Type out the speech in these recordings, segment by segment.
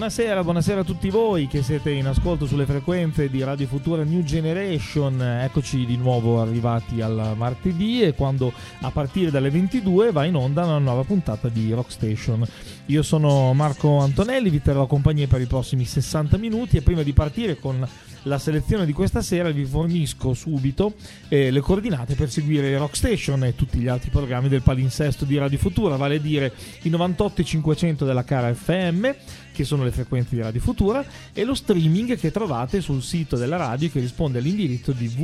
Buonasera a tutti voi che siete in ascolto sulle frequenze di Radio Futura New Generation. Eccoci di nuovo arrivati al martedì, e quando a partire dalle 22 va in onda una nuova puntata di Rock Station. Io sono Marco Antonelli, vi terrò compagnia per i prossimi 60 minuti, e prima di partire con la selezione di questa sera vi fornisco subito le coordinate per seguire Rock Station e tutti gli altri programmi del palinsesto di Radio Futura, vale a dire i 98.500 della Cara FM, che sono le frequenze di Radio Futura, e lo streaming che trovate sul sito della radio, che risponde all'indirizzo di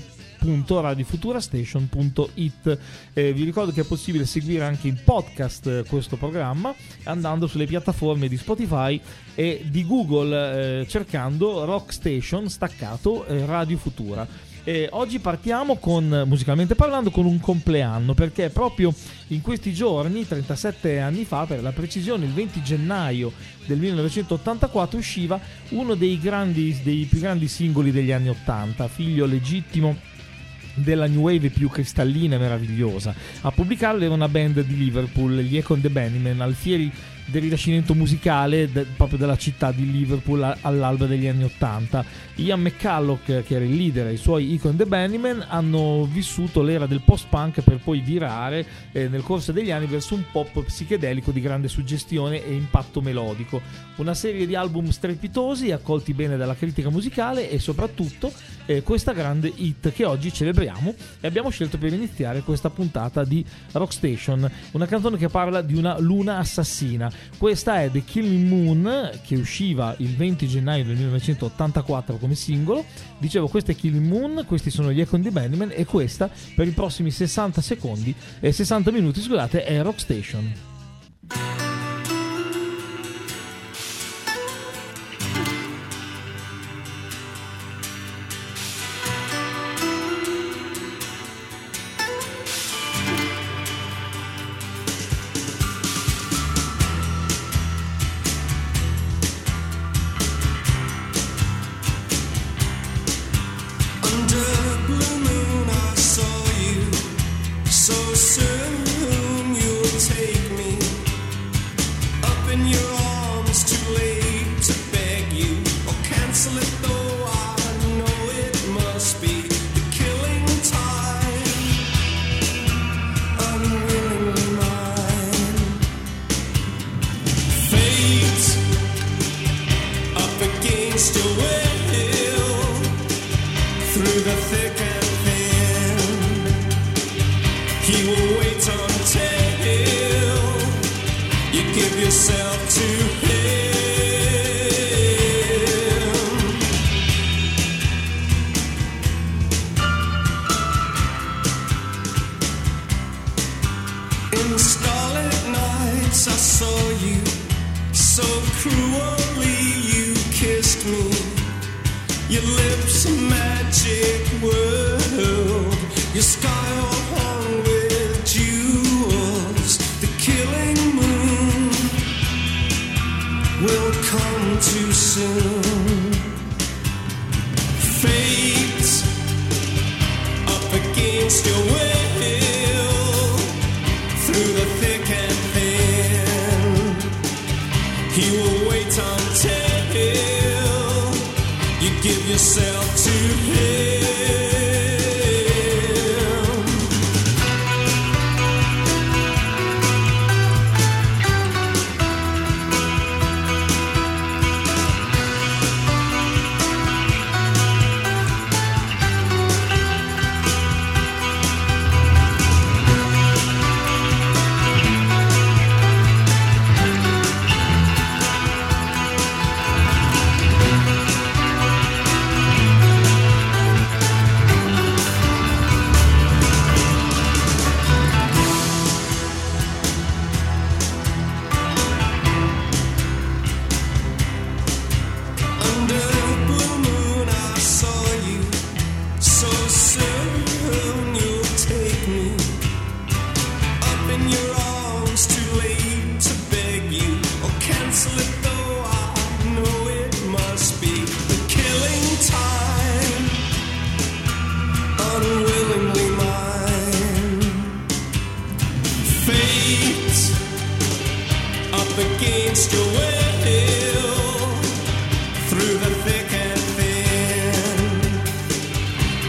www.radiofuturastation.it. Vi ricordo che è possibile seguire anche in podcast questo programma andando sulle piattaforme di Spotify e di Google, cercando Rock Station staccato Radio Futura. Oggi partiamo musicalmente parlando, con un compleanno, perché proprio in questi giorni, 37 anni fa, per la precisione il 20 gennaio del 1984, usciva uno dei più grandi singoli degli anni 80, figlio legittimo della new wave più cristallina e meravigliosa. A pubblicarlo era una band di Liverpool, gli Echo and the Bunnymen, alfieri del rinascimento musicale proprio della città di Liverpool all'alba degli anni 80. Ian McCulloch, che era il leader, e i suoi Echo and the Bunnymen hanno vissuto l'era del post-punk per poi virare nel corso degli anni verso un pop psichedelico di grande suggestione e impatto melodico. Una serie di album strepitosi, accolti bene dalla critica musicale, e soprattutto questa grande hit che oggi celebriamo, e abbiamo scelto per iniziare questa puntata di Rock Station, una canzone che parla di una luna assassina. Questa è The Killing Moon, che usciva il 20 gennaio del 1984 come singolo. Dicevo, questa è Killing Moon, questi sono gli Echo and the Bunnymen, e questa per i prossimi 60 minuti, scusate, è Rock Station. against your will.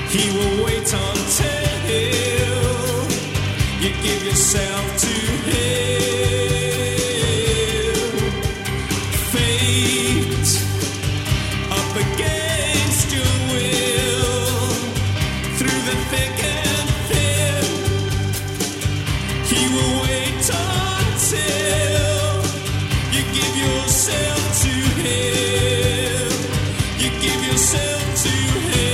He will wait until you give yourself to him. Fate up against your will, through the thick and thin. He will wait until you give yourself to him. You give yourself to him.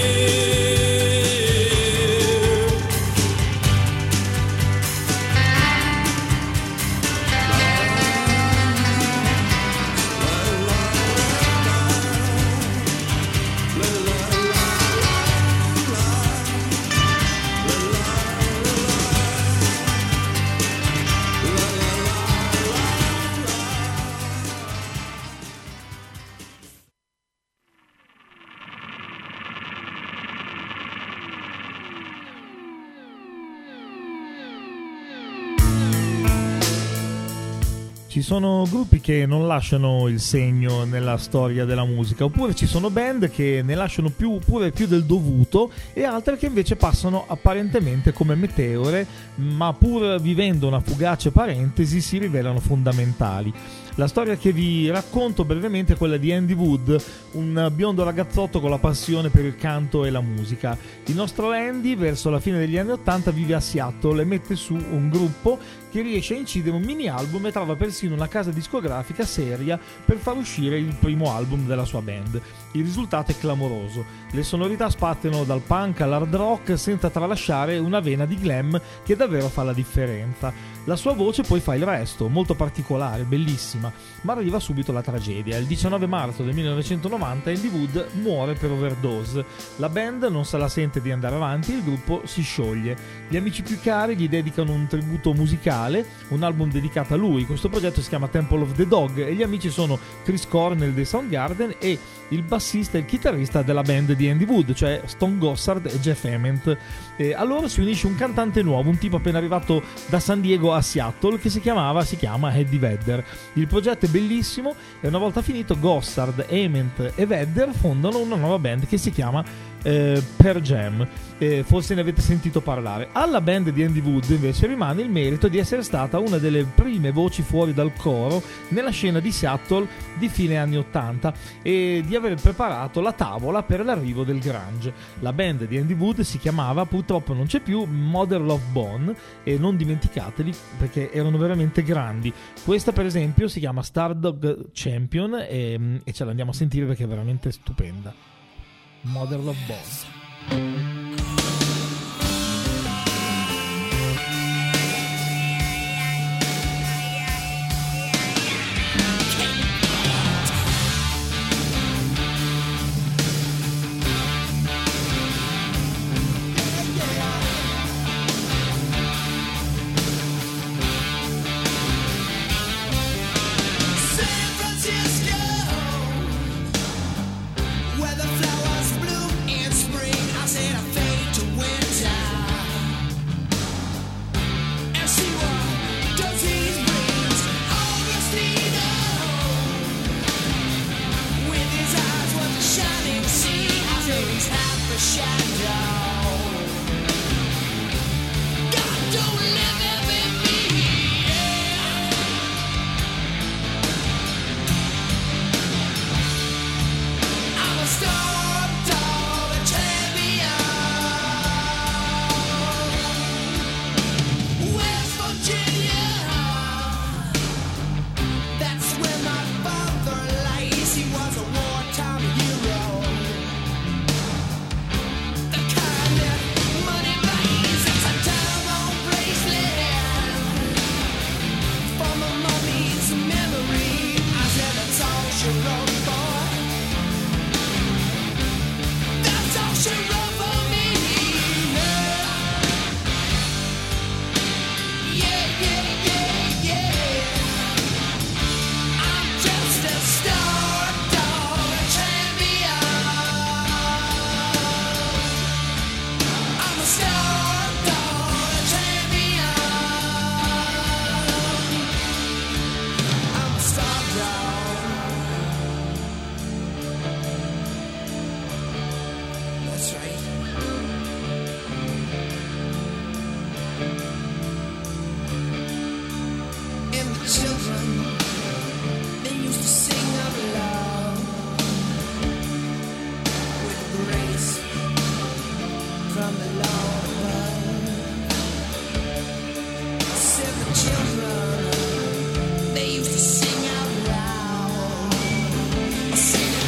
Ci sono gruppi che non lasciano il segno nella storia della musica, oppure ci sono band che ne lasciano più del dovuto, e altre che invece passano apparentemente come meteore, ma pur vivendo una fugace parentesi si rivelano fondamentali. La storia che vi racconto brevemente è quella di Andy Wood, un biondo ragazzotto con la passione per il canto e la musica. Il nostro Andy, verso la fine degli anni '80, vive a Seattle e mette su un gruppo che riesce a incidere un mini album e trova persino una casa discografica seria per far uscire il primo album della sua band. Il risultato è clamoroso. Le sonorità spaziano dal punk all'hard rock senza tralasciare una vena di glam che davvero fa la differenza. La sua voce poi fa il resto, molto particolare, bellissima, ma arriva subito la tragedia. Il 19 marzo del 1990 Andy Wood muore per overdose. La band non se la sente di andare avanti e il gruppo si scioglie. Gli amici più cari gli dedicano un tributo musicale, un album dedicato a lui. Questo progetto si chiama Temple of the Dog e gli amici sono Chris Cornell dei Soundgarden e il bassista e il chitarrista della band di Andy Wood, cioè Stone Gossard e Jeff Ament. A loro si unisce un cantante nuovo, un tipo appena arrivato da San Diego a Seattle, che si chiama Eddie Vedder. Il progetto è bellissimo e una volta finito Gossard, Ament e Vedder fondano una nuova band che si chiama Pearl Jam. Forse ne avete sentito parlare. Alla band di Andy Wood invece rimane il merito di essere stata una delle prime voci fuori dal coro nella scena di Seattle di fine anni 80 e di aver preparato la tavola per l'arrivo del grunge. La band di Andy Wood si chiamava, purtroppo non c'è più, Mother Love Bone, e non dimenticateli perché erano veramente grandi. Questa per esempio si chiama Stardog Champion e ce l'andiamo a sentire perché è veramente stupenda. Mother Love Bone. Where the flowers bloom in spring, I said from below. Said the children, they used to sing out loud. Sing it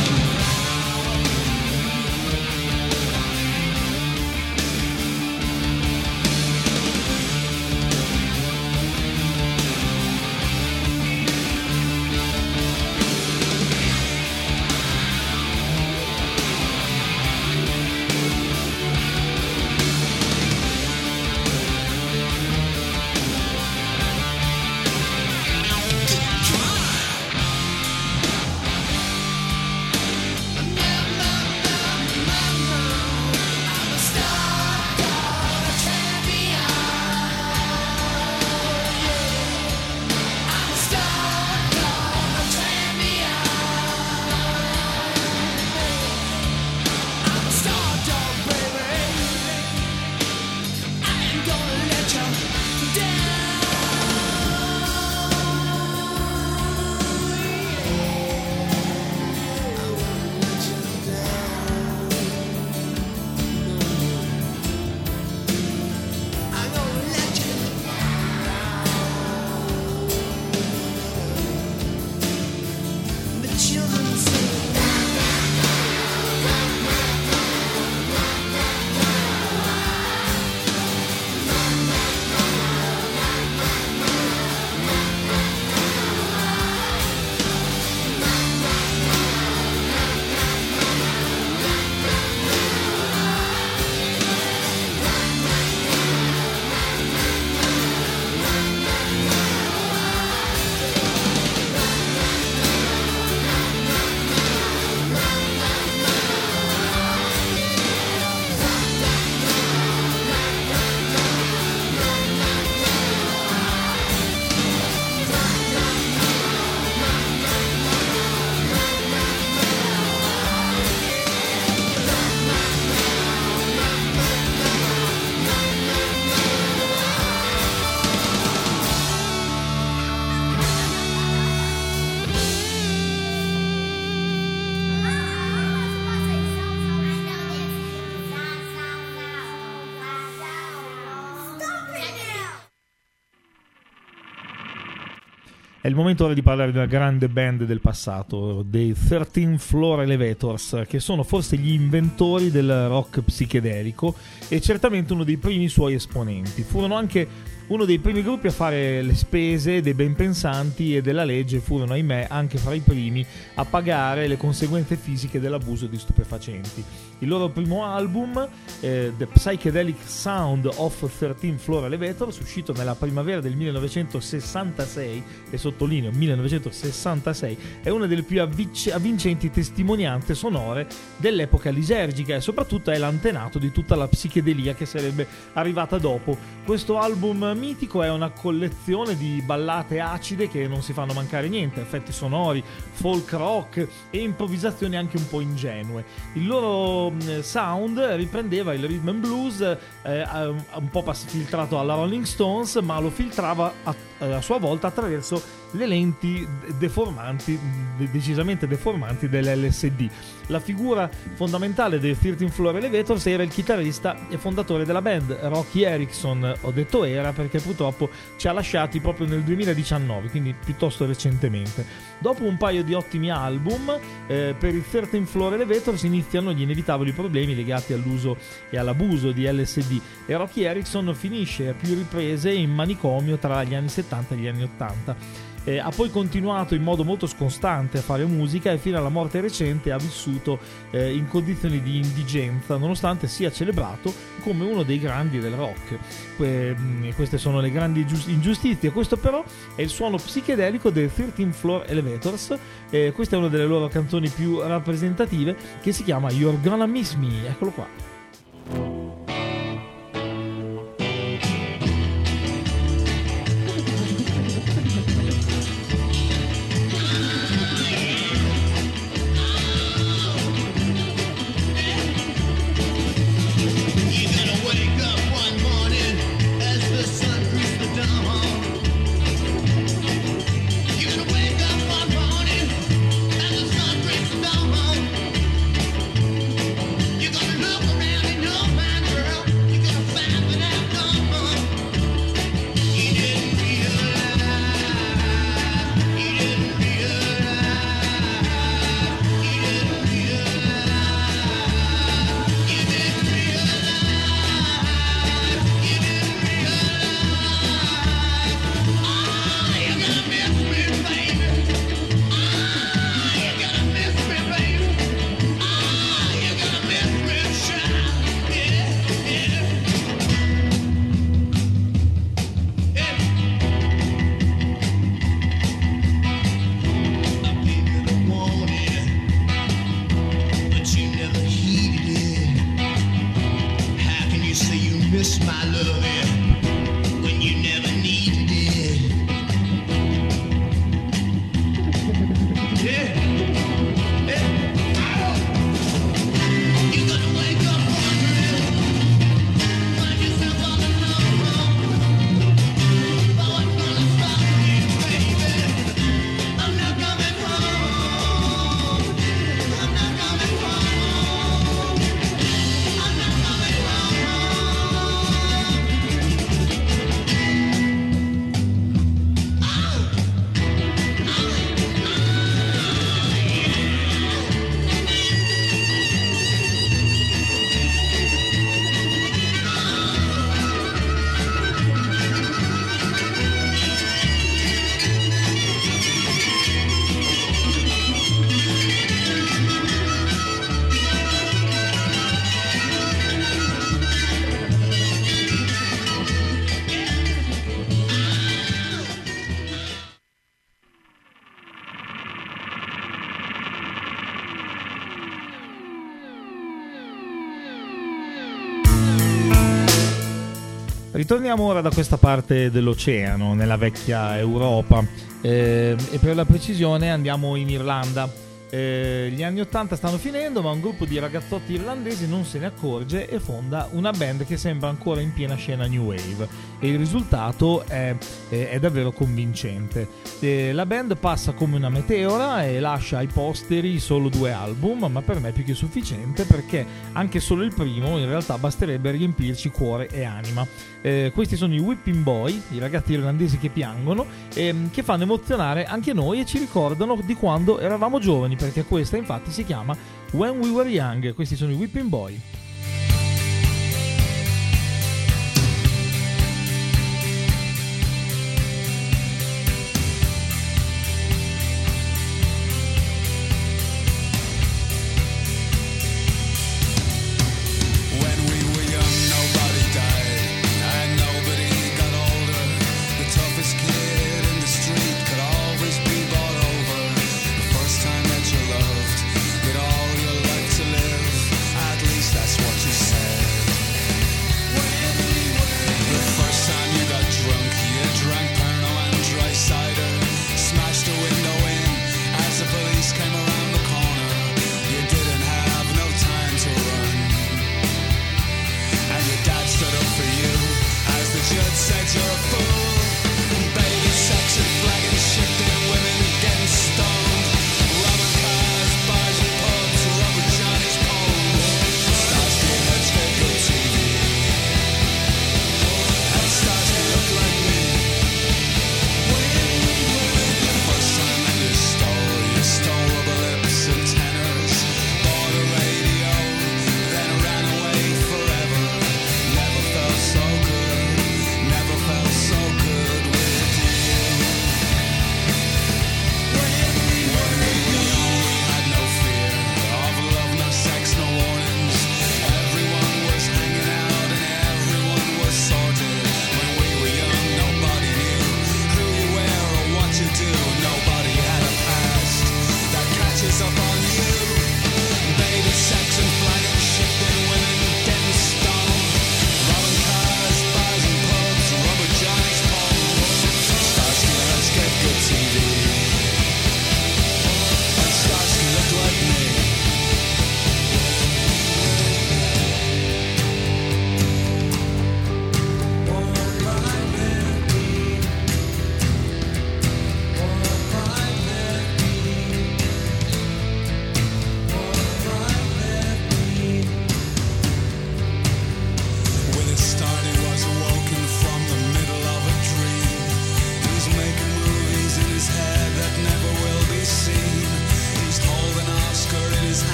È il momento ora di parlare di una grande band del passato, dei 13 Floor Elevators, che sono forse gli inventori del rock psichedelico e certamente uno dei primi suoi esponenti. Furono anche uno dei primi gruppi a fare le spese dei ben pensanti e della legge, furono ahimè anche fra i primi a pagare le conseguenze fisiche dell'abuso di stupefacenti. Il loro primo album, The Psychedelic Sound of 13 Floor Elevators, uscito nella primavera del 1966, e sottolineo 1966, è una delle più avvincenti testimonianze sonore dell'epoca lisergica e soprattutto è l'antenato di tutta la psichedelia che sarebbe arrivata dopo. Questo album mitico è una collezione di ballate acide che non si fanno mancare niente, effetti sonori, folk rock e improvvisazioni anche un po' ingenue. Il loro sound riprendeva il rhythm and blues un po' filtrato alla Rolling Stones, ma lo filtrava a sua volta attraverso le lenti deformanti, decisamente deformanti dell'LSD. La figura fondamentale dei 13 Floor Elevators era il chitarrista e fondatore della band, Roky Erickson. Ho detto era perché purtroppo ci ha lasciati proprio nel 2019, quindi piuttosto recentemente. Dopo un paio di ottimi album, per i 13 Floor Elevators iniziano gli inevitabili problemi legati all'uso e all'abuso di LSD e Roky Erickson finisce a più riprese in manicomio tra gli anni 70 e gli anni 80. Ha poi continuato in modo molto scostante a fare musica e fino alla morte recente ha vissuto in condizioni di indigenza, nonostante sia celebrato come uno dei grandi del rock. Queste sono le grandi ingiustizie. Questo però è il suono psichedelico dei 13 Floor Elevators. Questa è una delle loro canzoni più rappresentative, che si chiama You're Gonna Miss Me. Eccolo qua. You're gonna look around. miss my loving when you never needed it. Yeah. You gotta wake up wondering, find yourself on the road. But what's gonna stop you, baby? I'm not coming home. I'm not coming home. I'm not coming Ritorniamo ora da questa parte dell'oceano, nella vecchia Europa, e per la precisione andiamo in Irlanda. Gli anni 80 stanno finendo, ma un gruppo di ragazzotti irlandesi non se ne accorge e fonda una band che sembra ancora in piena scena new wave, e il risultato è davvero convincente. La band passa come una meteora e lascia ai posteri solo 2 album, ma per me è più che sufficiente, perché anche solo il primo in realtà basterebbe riempirci cuore e anima. Questi sono i Whipping Boy, i ragazzi irlandesi che piangono, che fanno emozionare anche noi e ci ricordano di quando eravamo giovani, perché questa infatti si chiama When We Were Young. Questi sono i Whipping Boy.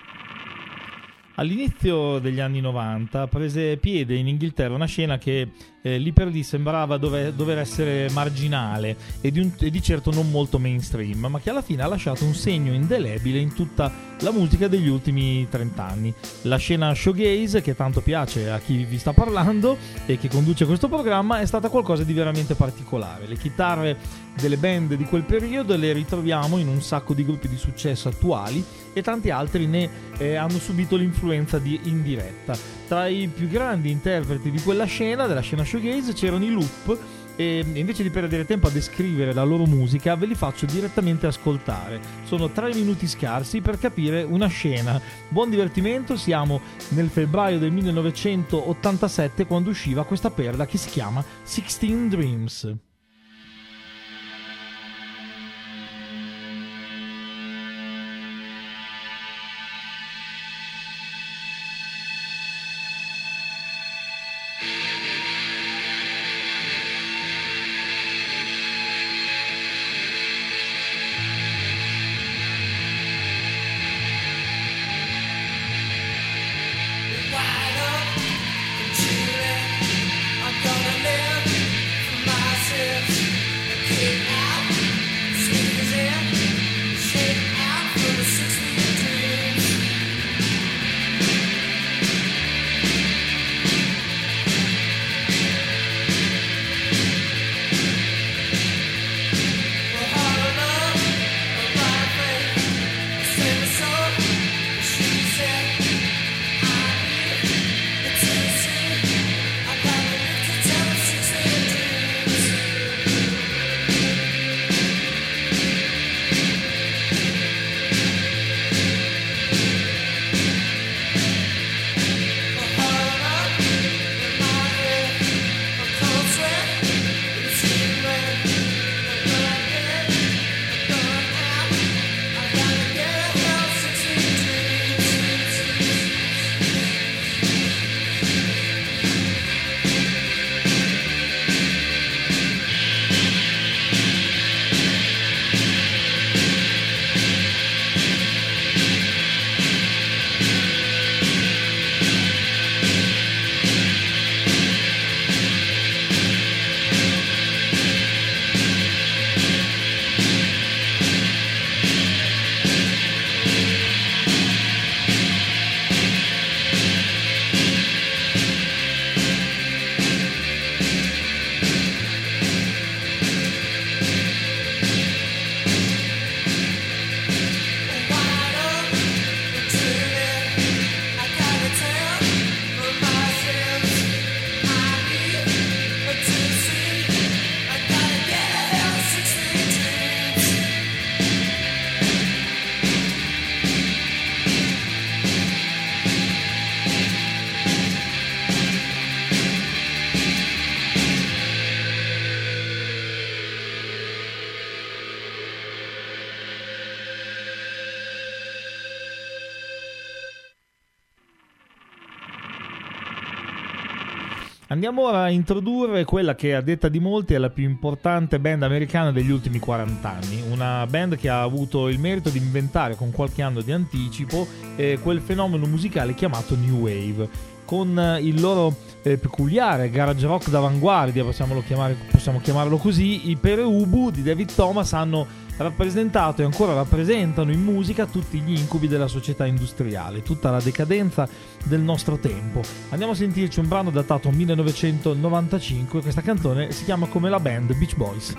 All'inizio degli anni 90 prese piede in Inghilterra una scena che lì per lì sembrava dover essere marginale e di certo non molto mainstream, ma che alla fine ha lasciato un segno indelebile in tutta la musica degli ultimi 30 anni. La scena shoegaze, che tanto piace a chi vi sta parlando e che conduce questo programma, è stata qualcosa di veramente particolare. Le chitarre delle band di quel periodo le ritroviamo in un sacco di gruppi di successo attuali e tanti altri ne hanno subito l'influenza in diretta. Tra i più grandi interpreti di quella scena, della scena shoegaze, c'erano i Loop, e invece di perdere tempo a descrivere la loro musica ve li faccio direttamente ascoltare. Sono 3 minuti scarsi per capire una scena. Buon divertimento, siamo nel febbraio del 1987 quando usciva questa perla che si chiama 16 Dreams. Andiamo ora a introdurre quella che a detta di molti è la più importante band americana degli ultimi 40 anni, una band che ha avuto il merito di inventare con qualche anno di anticipo quel fenomeno musicale chiamato New Wave, con il loro peculiare garage rock d'avanguardia, possiamo chiamarlo così. I Pere Ubu di David Thomas hanno rappresentato e ancora rappresentano in musica tutti gli incubi della società industriale, tutta la decadenza del nostro tempo. Andiamo a sentirci un brano datato 1995, questa canzone si chiama come la band Beach Boys.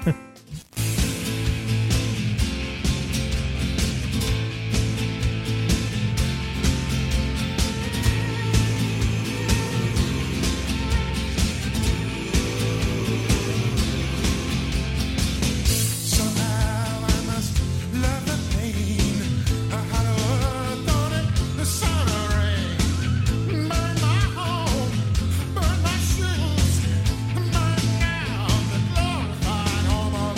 Home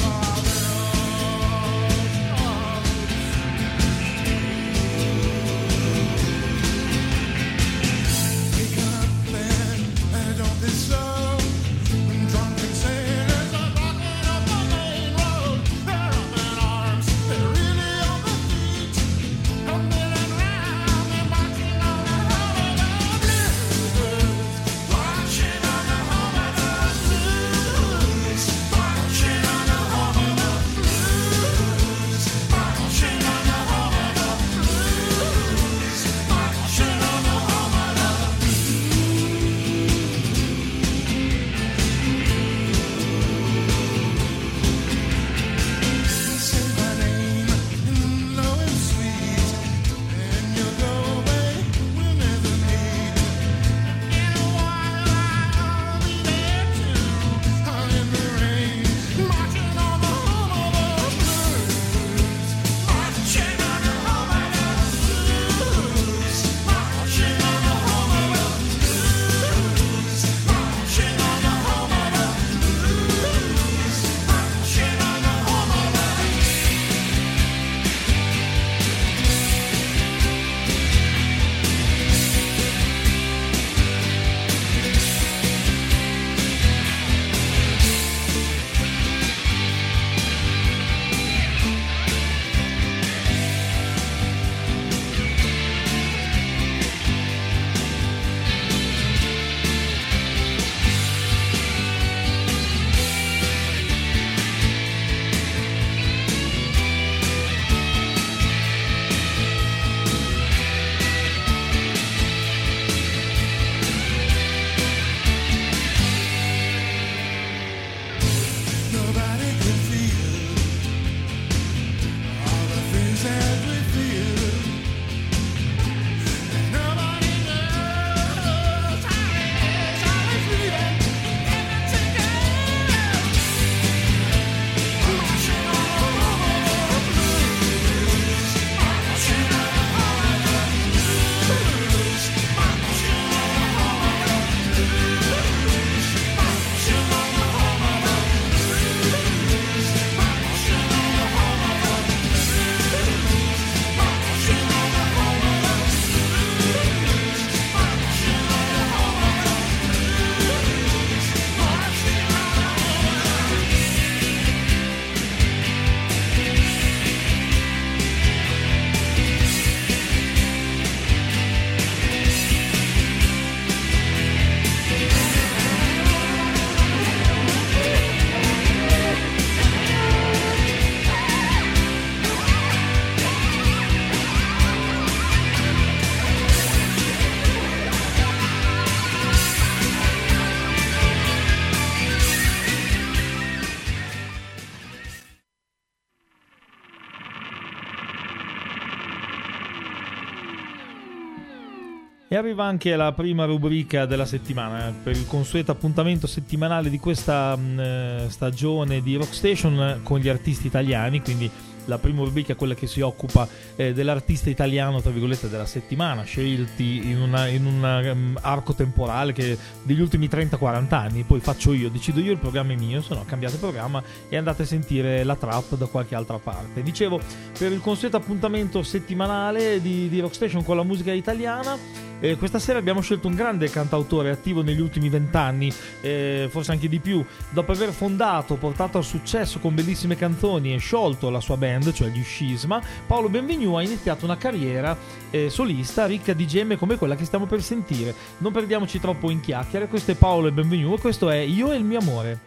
E arriva anche la prima rubrica della settimana, per il consueto appuntamento settimanale di questa stagione di Rock Station con gli artisti italiani, quindi la prima rubrica è quella che si occupa dell'artista italiano, tra virgolette, della settimana, scelti in un arco temporale che degli ultimi 30-40 anni. Poi faccio io, decido io, il programma è mio, se no cambiate programma e andate a sentire la trap da qualche altra parte. Dicevo, per il consueto appuntamento settimanale di Rock Station con la musica italiana, questa sera abbiamo scelto un grande cantautore attivo negli ultimi 20 anni, forse anche di più. Dopo aver fondato, portato al successo con bellissime canzoni e sciolto la sua band, cioè gli Scisma, Paolo Benvenu ha iniziato una carriera solista ricca di gemme come quella che stiamo per sentire. Non perdiamoci troppo in chiacchiere, questo è Paolo Benvenu e questo è Io e il mio amore.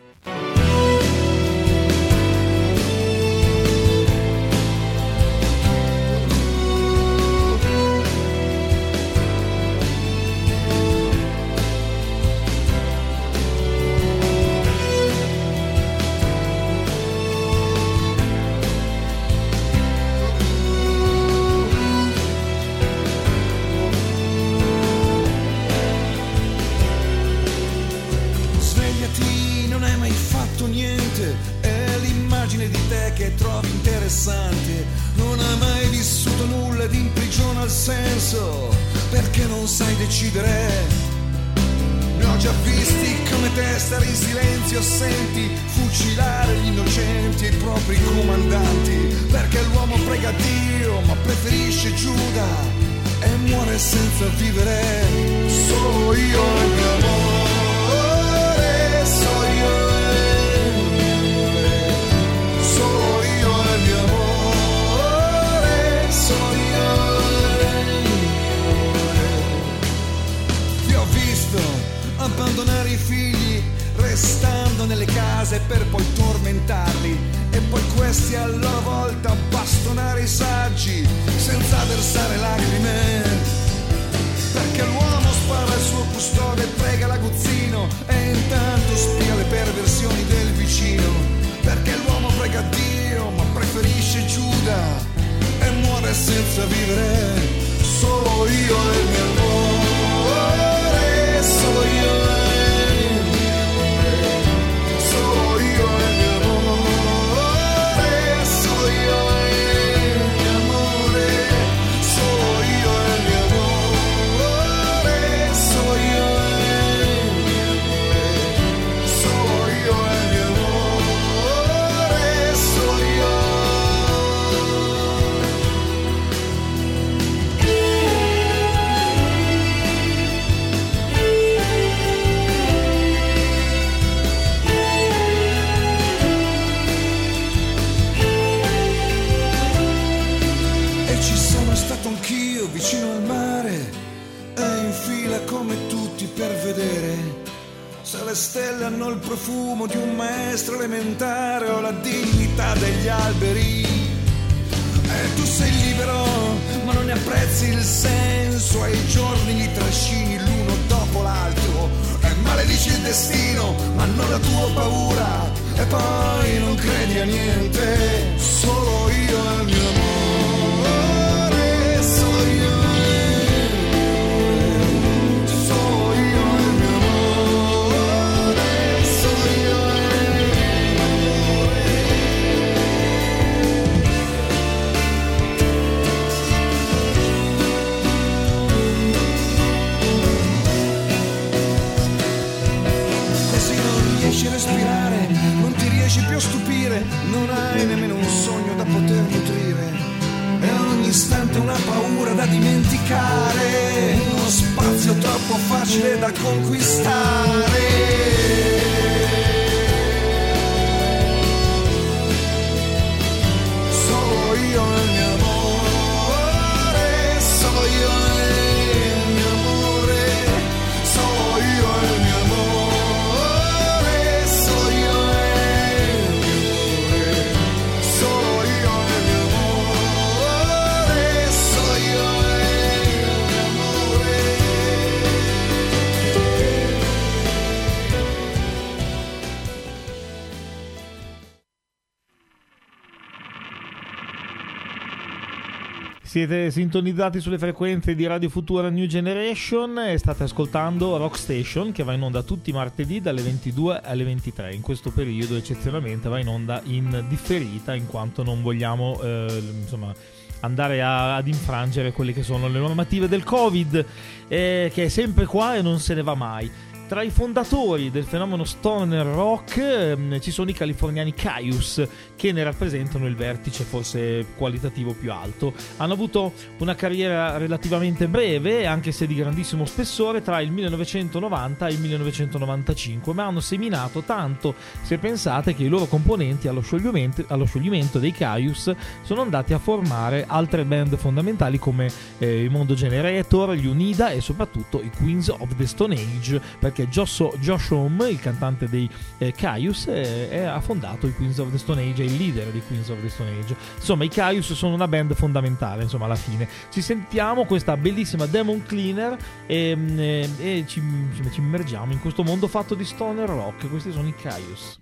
Non hai mai vissuto nulla ed imprigiona il senso, perché non sai decidere. Ne ho già visti come te stare in silenzio, senti fucilare gli innocenti e i propri comandanti, perché l'uomo prega Dio ma preferisce Giuda e muore senza vivere. Solo io e il mio amore, solo io. Abbandonare i figli restando nelle case per poi tormentarli e poi questi a loro volta bastonare i saggi senza versare lacrime, perché l'uomo spara al suo custode e prega l'aguzzino e intanto spia le perversioni del vicino, perché l'uomo prega Dio ma preferisce Giuda e muore senza vivere. Solo io e il mio amore, solo io. Vicino al mare e in fila come tutti per vedere se le stelle hanno il profumo di un maestro elementare o la dignità degli alberi. E tu sei libero ma non ne apprezzi il senso e i giorni li trascini l'uno dopo l'altro e maledici il destino ma non la tua paura e poi non credi a niente. Solo io e il mio amore. Respirare, non ti riesci più a stupire, non hai nemmeno un sogno da poter nutrire e ogni istante una paura da dimenticare, uno spazio troppo facile da conquistare. Solo io e il mio amore, solo io e il mio amore, solo io e il mio amore. Siete sintonizzati sulle frequenze di Radio Futura New Generation e state ascoltando Rock Station, che va in onda tutti i martedì dalle 22 alle 23. In questo periodo eccezionalmente va in onda in differita, in quanto non vogliamo andare ad infrangere quelle che sono le normative del Covid, che è sempre qua e non se ne va mai. Tra i fondatori del fenomeno stoner rock ci sono i californiani Kyuss, che ne rappresentano il vertice forse qualitativo più alto. Hanno avuto una carriera relativamente breve, anche se di grandissimo spessore, tra il 1990 e il 1995, ma hanno seminato tanto, se pensate che i loro componenti allo scioglimento dei Kyuss sono andati a formare altre band fondamentali come i Mondo Generator, gli Unida e soprattutto i Queens of the Stone Age, perché Josh Homme, il cantante dei Kyuss, ha fondato i Queens of the Stone Age, è il leader dei Queens of the Stone Age. Insomma, i Kyuss sono una band fondamentale, insomma, alla fine. Ci sentiamo questa bellissima Demon Cleaner e ci immergiamo in questo mondo fatto di stoner rock. Questi sono i Kyuss.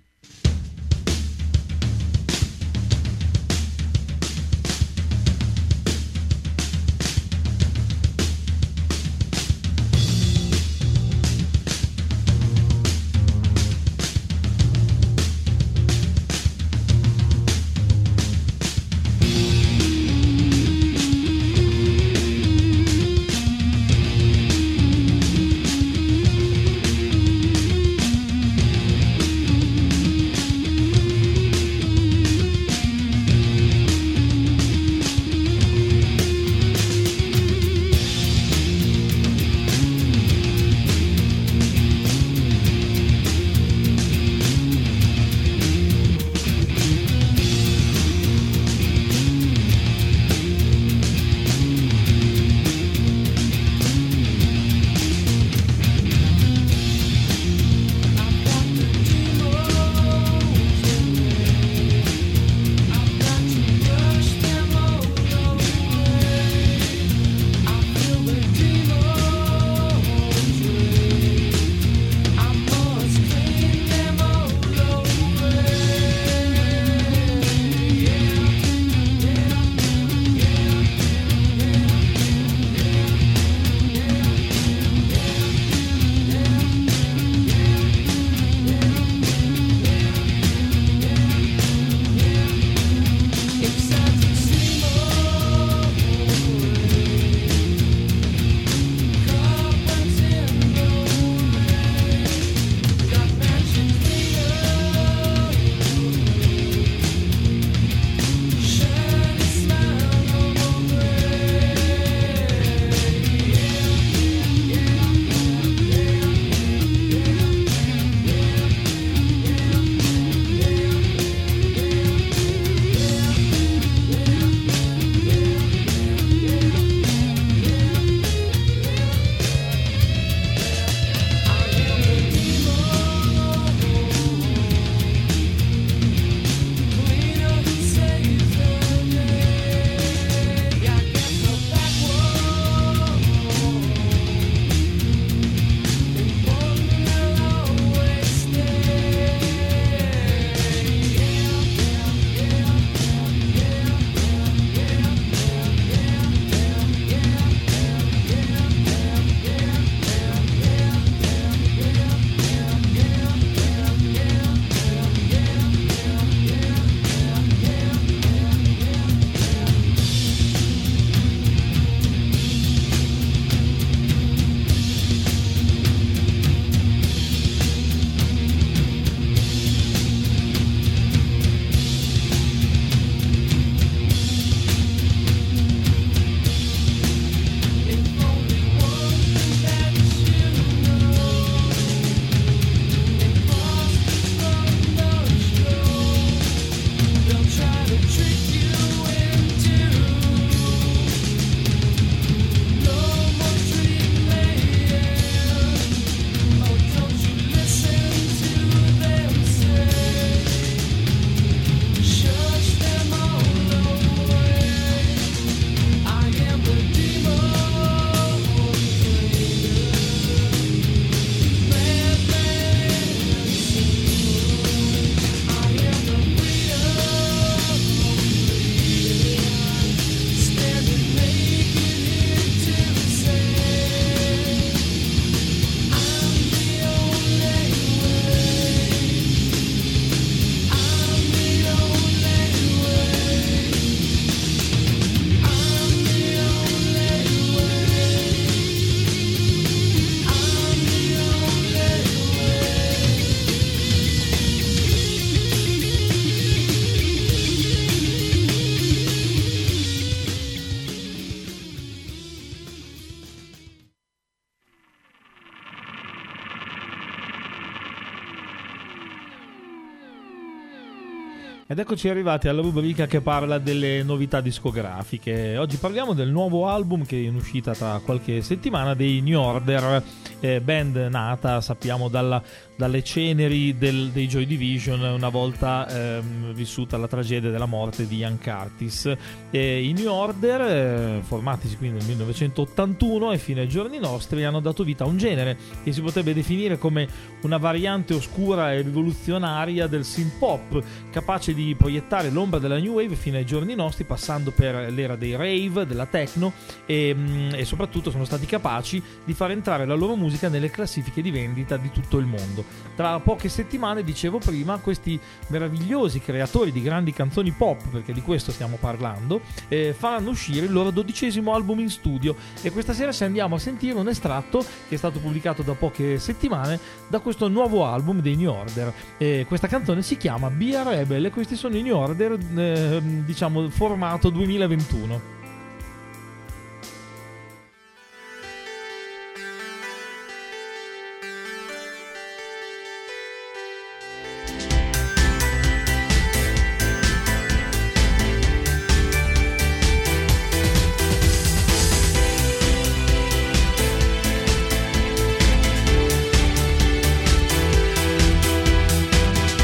Ed eccoci arrivati alla rubrica che parla delle novità discografiche. Oggi parliamo del nuovo album che è in uscita tra qualche settimana dei New Order, band nata, sappiamo, dalle ceneri dei Joy Division una volta vissuta la tragedia della morte di Ian Curtis. I New Order, formatisi quindi nel 1981 e fino ai giorni nostri, hanno dato vita a un genere che si potrebbe definire come una variante oscura e rivoluzionaria del synth pop, capace di proiettare l'ombra della new wave fino ai giorni nostri, passando per l'era dei rave, della techno e soprattutto sono stati capaci di far entrare la loro musica nelle classifiche di vendita di tutto il mondo. Tra poche settimane, dicevo prima, questi meravigliosi creatori di grandi canzoni pop, perché di questo stiamo parlando, faranno uscire il loro 12° album in studio, e questa sera ci andiamo a sentire un estratto che è stato pubblicato da poche settimane da questo nuovo album dei New Order. Questa canzone si chiama Be a Rebel e questi sono i New Order, diciamo formato 2021.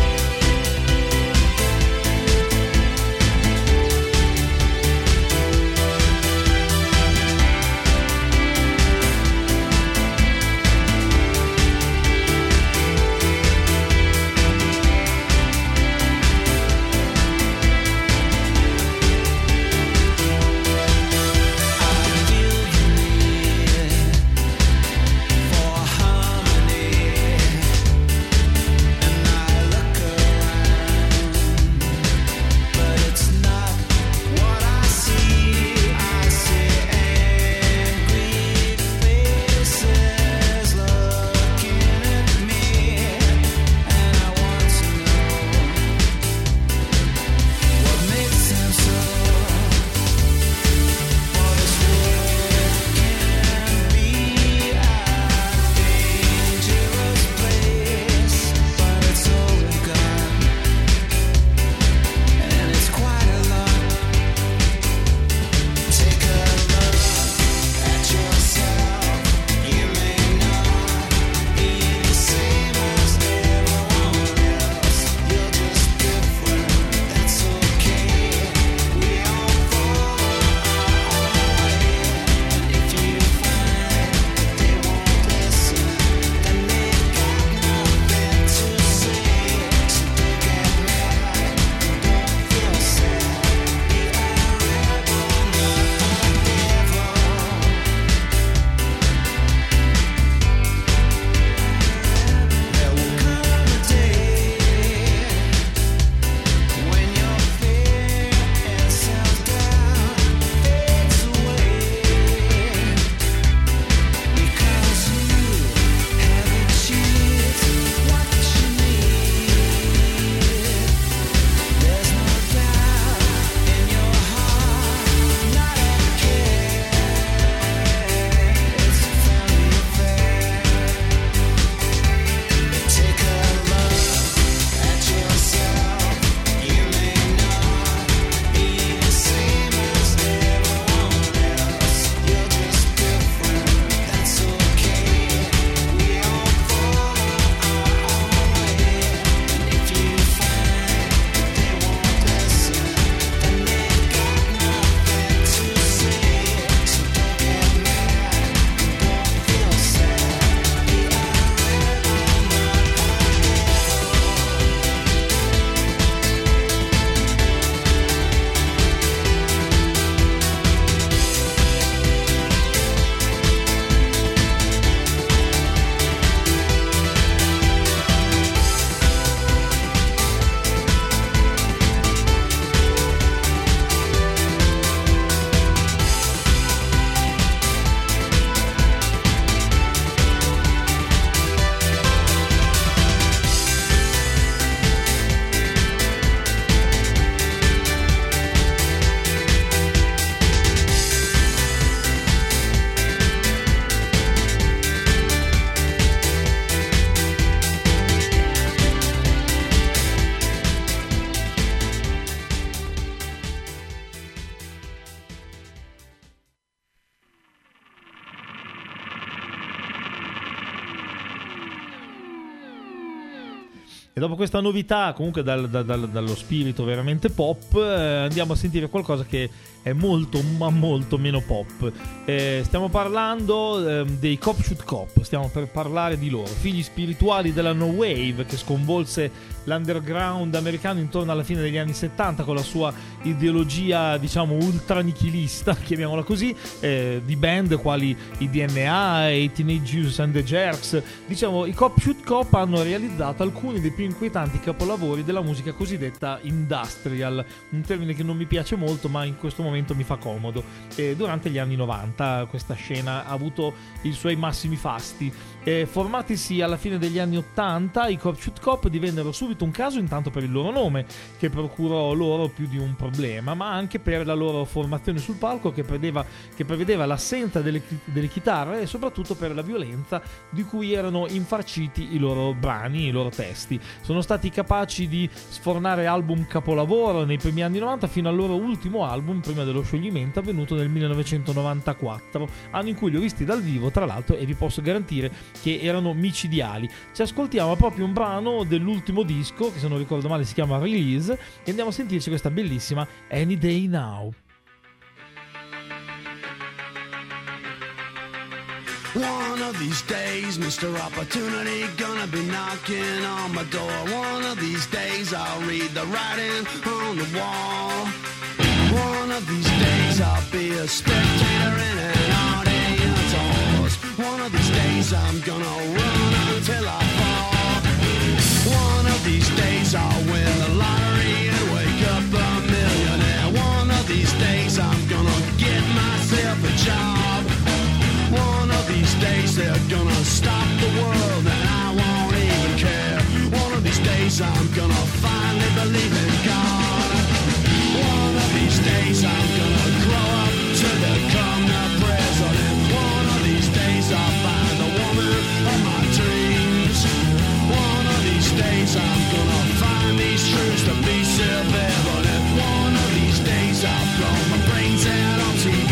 Be E dopo questa novità, comunque dallo spirito veramente pop, andiamo a sentire qualcosa che è molto ma molto meno pop. Stiamo parlando dei Cop Shoot Cop, stiamo per parlare di loro, figli spirituali della No Wave che sconvolse l'underground americano intorno alla fine degli anni 70 con la sua ideologia, diciamo, ultra nichilista, chiamiamola così, di band quali i DNA e i Teenage Juice and the Jerks. Diciamo, i Cop Shoot Cop hanno realizzato alcuni dei più inquietanti capolavori della musica cosiddetta industrial, un termine che non mi piace molto ma in questo momento mi fa comodo. Durante gli anni 90 questa scena ha avuto i suoi massimi fasti. Formatisi alla fine degli anni 80, i Cop Shoot Cop divennero subito un caso, intanto per il loro nome, che procurò loro più di un problema, ma anche per la loro formazione sul palco che prevedeva l'assenza delle chitarre e soprattutto per la violenza di cui erano infarciti i loro brani, i loro testi. Sono stati capaci di sfornare album capolavoro nei primi anni 90 fino al loro ultimo album prima dello scioglimento avvenuto nel 1994, anno in cui li ho visti dal vivo tra l'altro, e vi posso garantire che erano micidiali. Ci ascoltiamo proprio un brano dell'ultimo disco che, se non ricordo male, si chiama Release, e andiamo a sentirci questa bellissima Any Day Now. One of these days, Mr. Opportunity gonna be knocking on my door. One of these days, I'll read the writing on the wall. One of these days, I'll be a spectator in an audience horse. One of these days, I'm gonna run until I fall. One of these days, I'll win the lottery and wake up a millionaire. One of these days, I'm gonna get myself a job. One of these days they're gonna stop the world and I won't even care. One of these days I'm gonna finally believe in God. One of these days I'm gonna grow up to become the president. One of these days I'll find the woman of my dreams. One of these days I'm gonna find these truths to be self-evident. One of these days I'll blow my brains out on TV.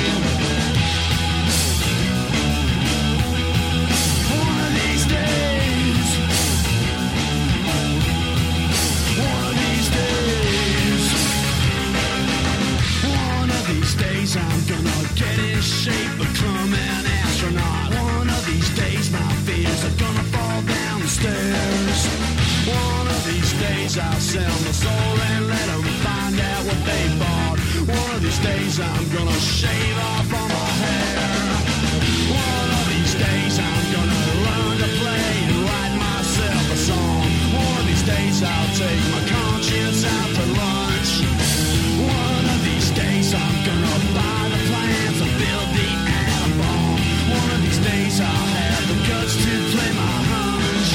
I'm gonna get in shape, become an astronaut. One of these days my fears are gonna fall down the stairs. One of these days I'll sell my soul and let them find out what they bought. One of these days I'm gonna shave off all my hair. One of these days I'm gonna learn to play and write myself a song. One of these days I'll take my conscience out to lunch. One of these days I'm gonna buy the plans and build the atom bomb. One of these days I'll have the guts to play my hunch.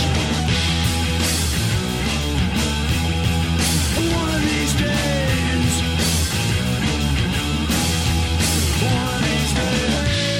One of these days. One of these days.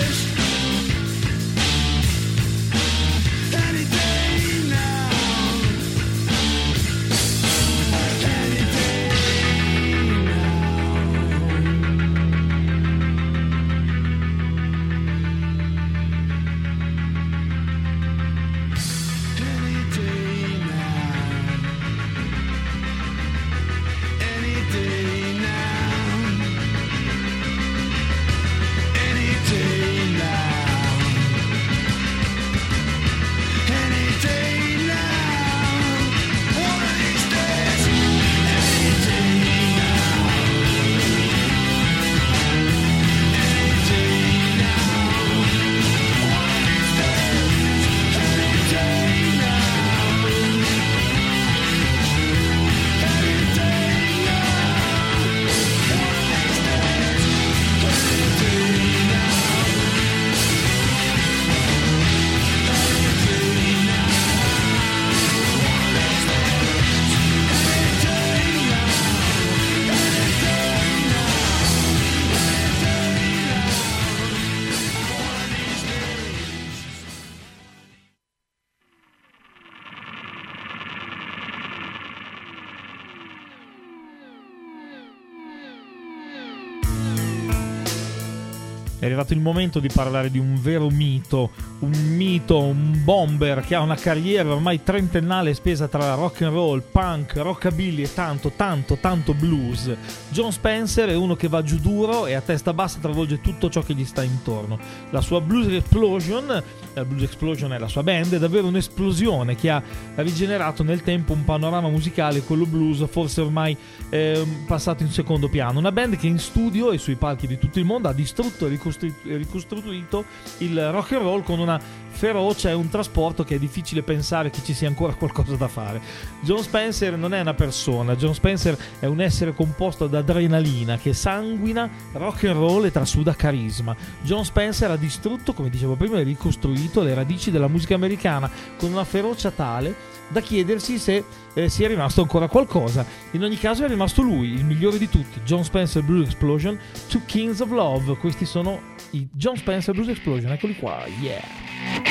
è arrivato il momento di parlare di un vero mito, un bomber che ha una carriera ormai trentennale spesa tra rock and roll, punk, rockabilly e tanto blues. Jon Spencer è uno che va giù duro e a testa bassa travolge tutto ciò che gli sta intorno. La sua Blues Explosion è la sua band, è davvero un'esplosione che ha rigenerato nel tempo un panorama musicale, quello blues, forse ormai passato in secondo piano. Una band che in studio e sui palchi di tutto il mondo ha distrutto e ricostruito il rock and roll con una ferocia e un trasporto che è difficile pensare che ci sia ancora qualcosa da fare. Jon Spencer non è una persona, Jon Spencer è un essere composto da adrenalina che sanguina rock and roll e trasuda carisma. Jon Spencer ha distrutto, come dicevo prima, e ricostruito le radici della musica americana con una ferocia tale da chiedersi se sia rimasto ancora qualcosa. In ogni caso è rimasto lui, il migliore di tutti. Jon Spencer Blues Explosion, Two Kings of Love. Questi sono i Jon Spencer Blues Explosion, eccoli qua, yeah.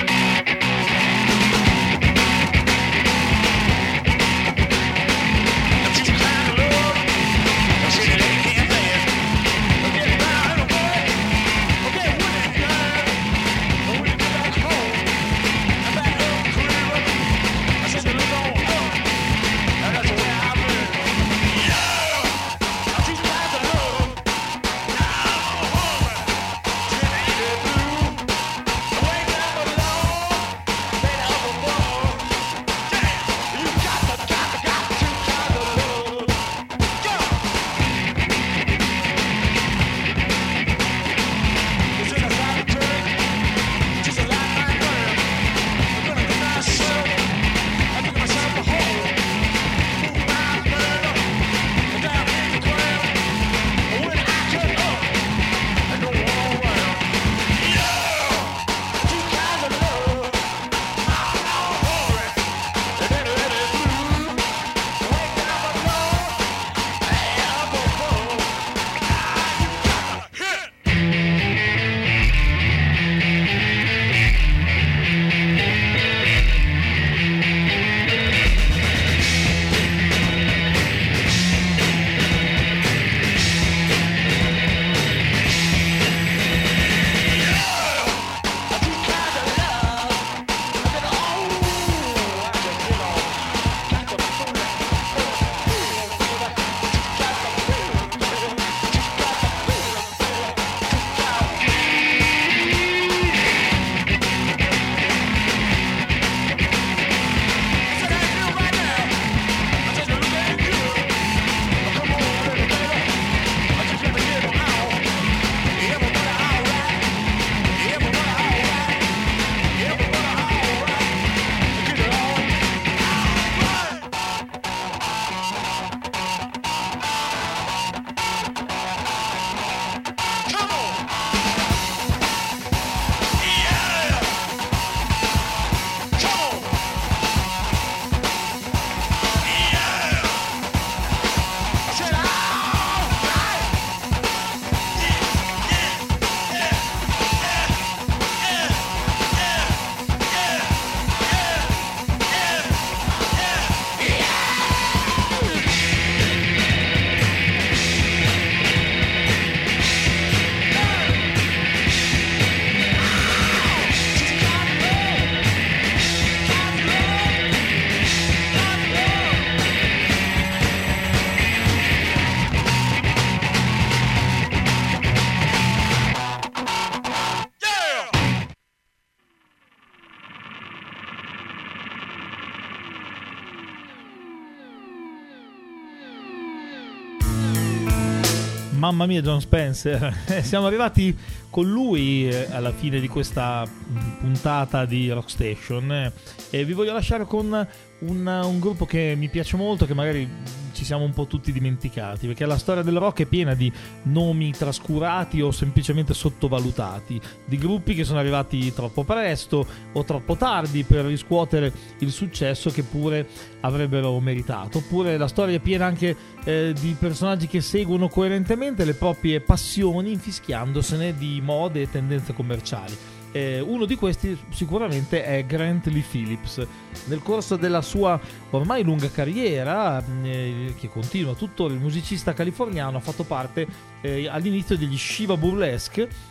Mamma mia, Jon Spencer. Siamo arrivati con lui alla fine di questa puntata di Rock Station e vi voglio lasciare con un gruppo che mi piace molto, che magari ci siamo un po' tutti dimenticati, perché la storia del rock è piena di nomi trascurati o semplicemente sottovalutati, di gruppi che sono arrivati troppo presto o troppo tardi per riscuotere il successo che pure avrebbero meritato. Oppure la storia è piena anche di personaggi che seguono coerentemente le proprie passioni infischiandosene di mode e tendenze commerciali. Uno di questi sicuramente è Grant Lee Phillips. Nel corso della sua ormai lunga carriera, che continua tuttora, il musicista californiano ha fatto parte all'inizio degli Shiva Burlesque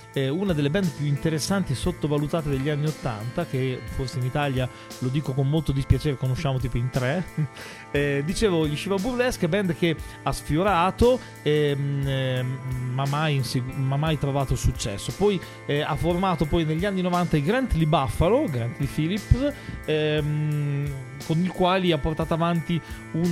una delle band più interessanti e sottovalutate degli anni 80, che forse in Italia, lo dico con molto dispiacere, conosciamo tipo in 3. Dicevo, gli Shiva Burlesque, band che ha sfiorato ma mai trovato successo. Poi ha formato poi negli anni 90 i Grantley Buffalo, Grantley Phillips, con il quale ha portato avanti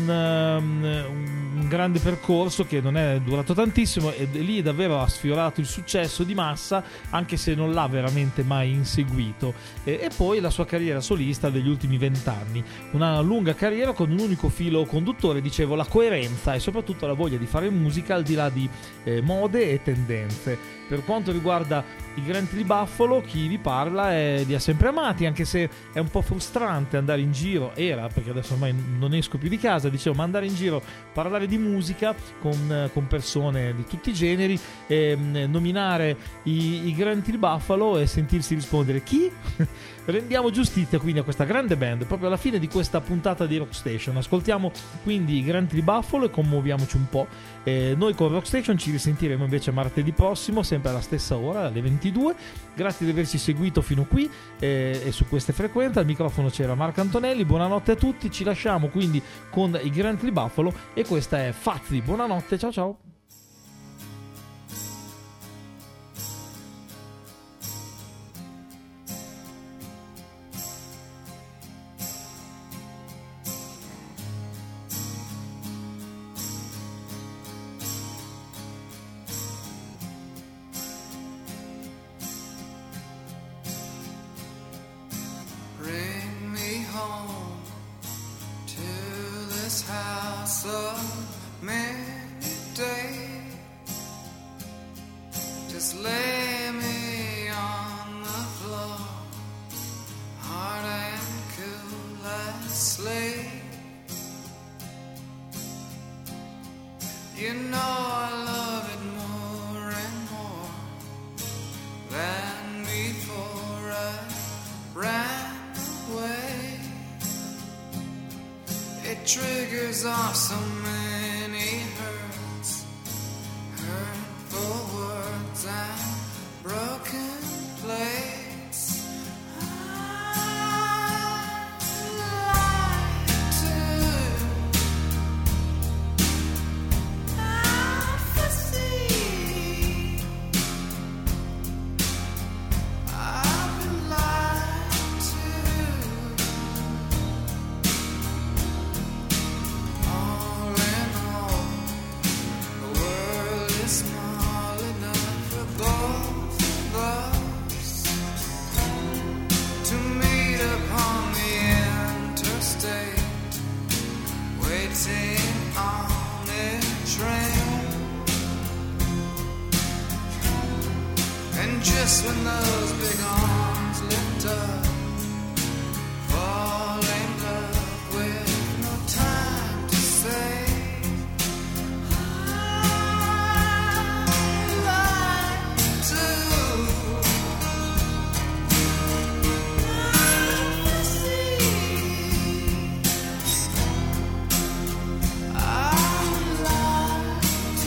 un grande percorso che non è durato tantissimo, e lì davvero ha sfiorato il successo di massa, anche se non l'ha veramente mai inseguito. E poi la sua carriera solista degli ultimi 20 anni, una lunga carriera con un unico filo conduttore, dicevo, la coerenza e soprattutto la voglia di fare musica al di là di mode e tendenze. Per quanto riguarda i Grantley Buffalo, chi vi parla li ha sempre amati, anche se è un po' frustrante andare in giro, perché adesso ormai non esco più di casa, dicevo, ma andare in giro, parlare di musica con persone di tutti i generi, nominare i Grantley Buffalo e sentirsi rispondere chi? Rendiamo giustizia quindi a questa grande band proprio alla fine di questa puntata di Rock Station. Ascoltiamo quindi i Grantley Buffalo e commuoviamoci un po'. Noi con Rock Station ci risentiremo invece martedì prossimo, sempre alla stessa ora, alle 22. Grazie di averci seguito fino qui e su queste frequenze. Al microfono c'era Marco Antonelli. Buonanotte a tutti, ci lasciamo quindi con i Grantley Buffalo e questa è Fuzzy. Buonanotte, ciao ciao. Bring me home to this house of many days. Just lay me on the floor, hard and cool as slate. You know I love it more and more than before I ran away. It triggers off so many hurts, hurtful words and broken plates. Just when those big arms lift up, fall in love with no time to say. I like to see. I like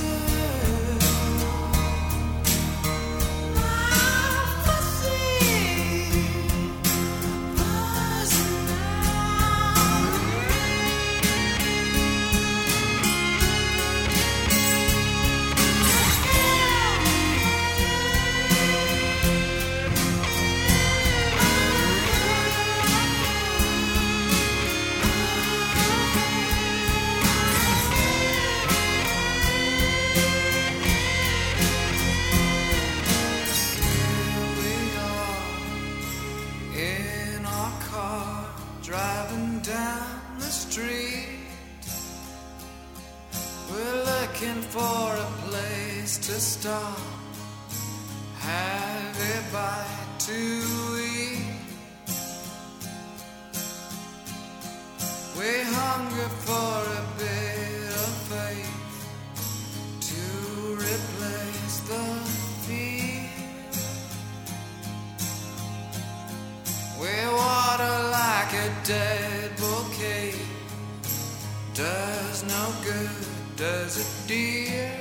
driving down the street. We're looking for a place to stop, have a bite to eat. We hunger for a bit of faith to replace the fear. We water like a dead bouquet, does no good, does it, dear?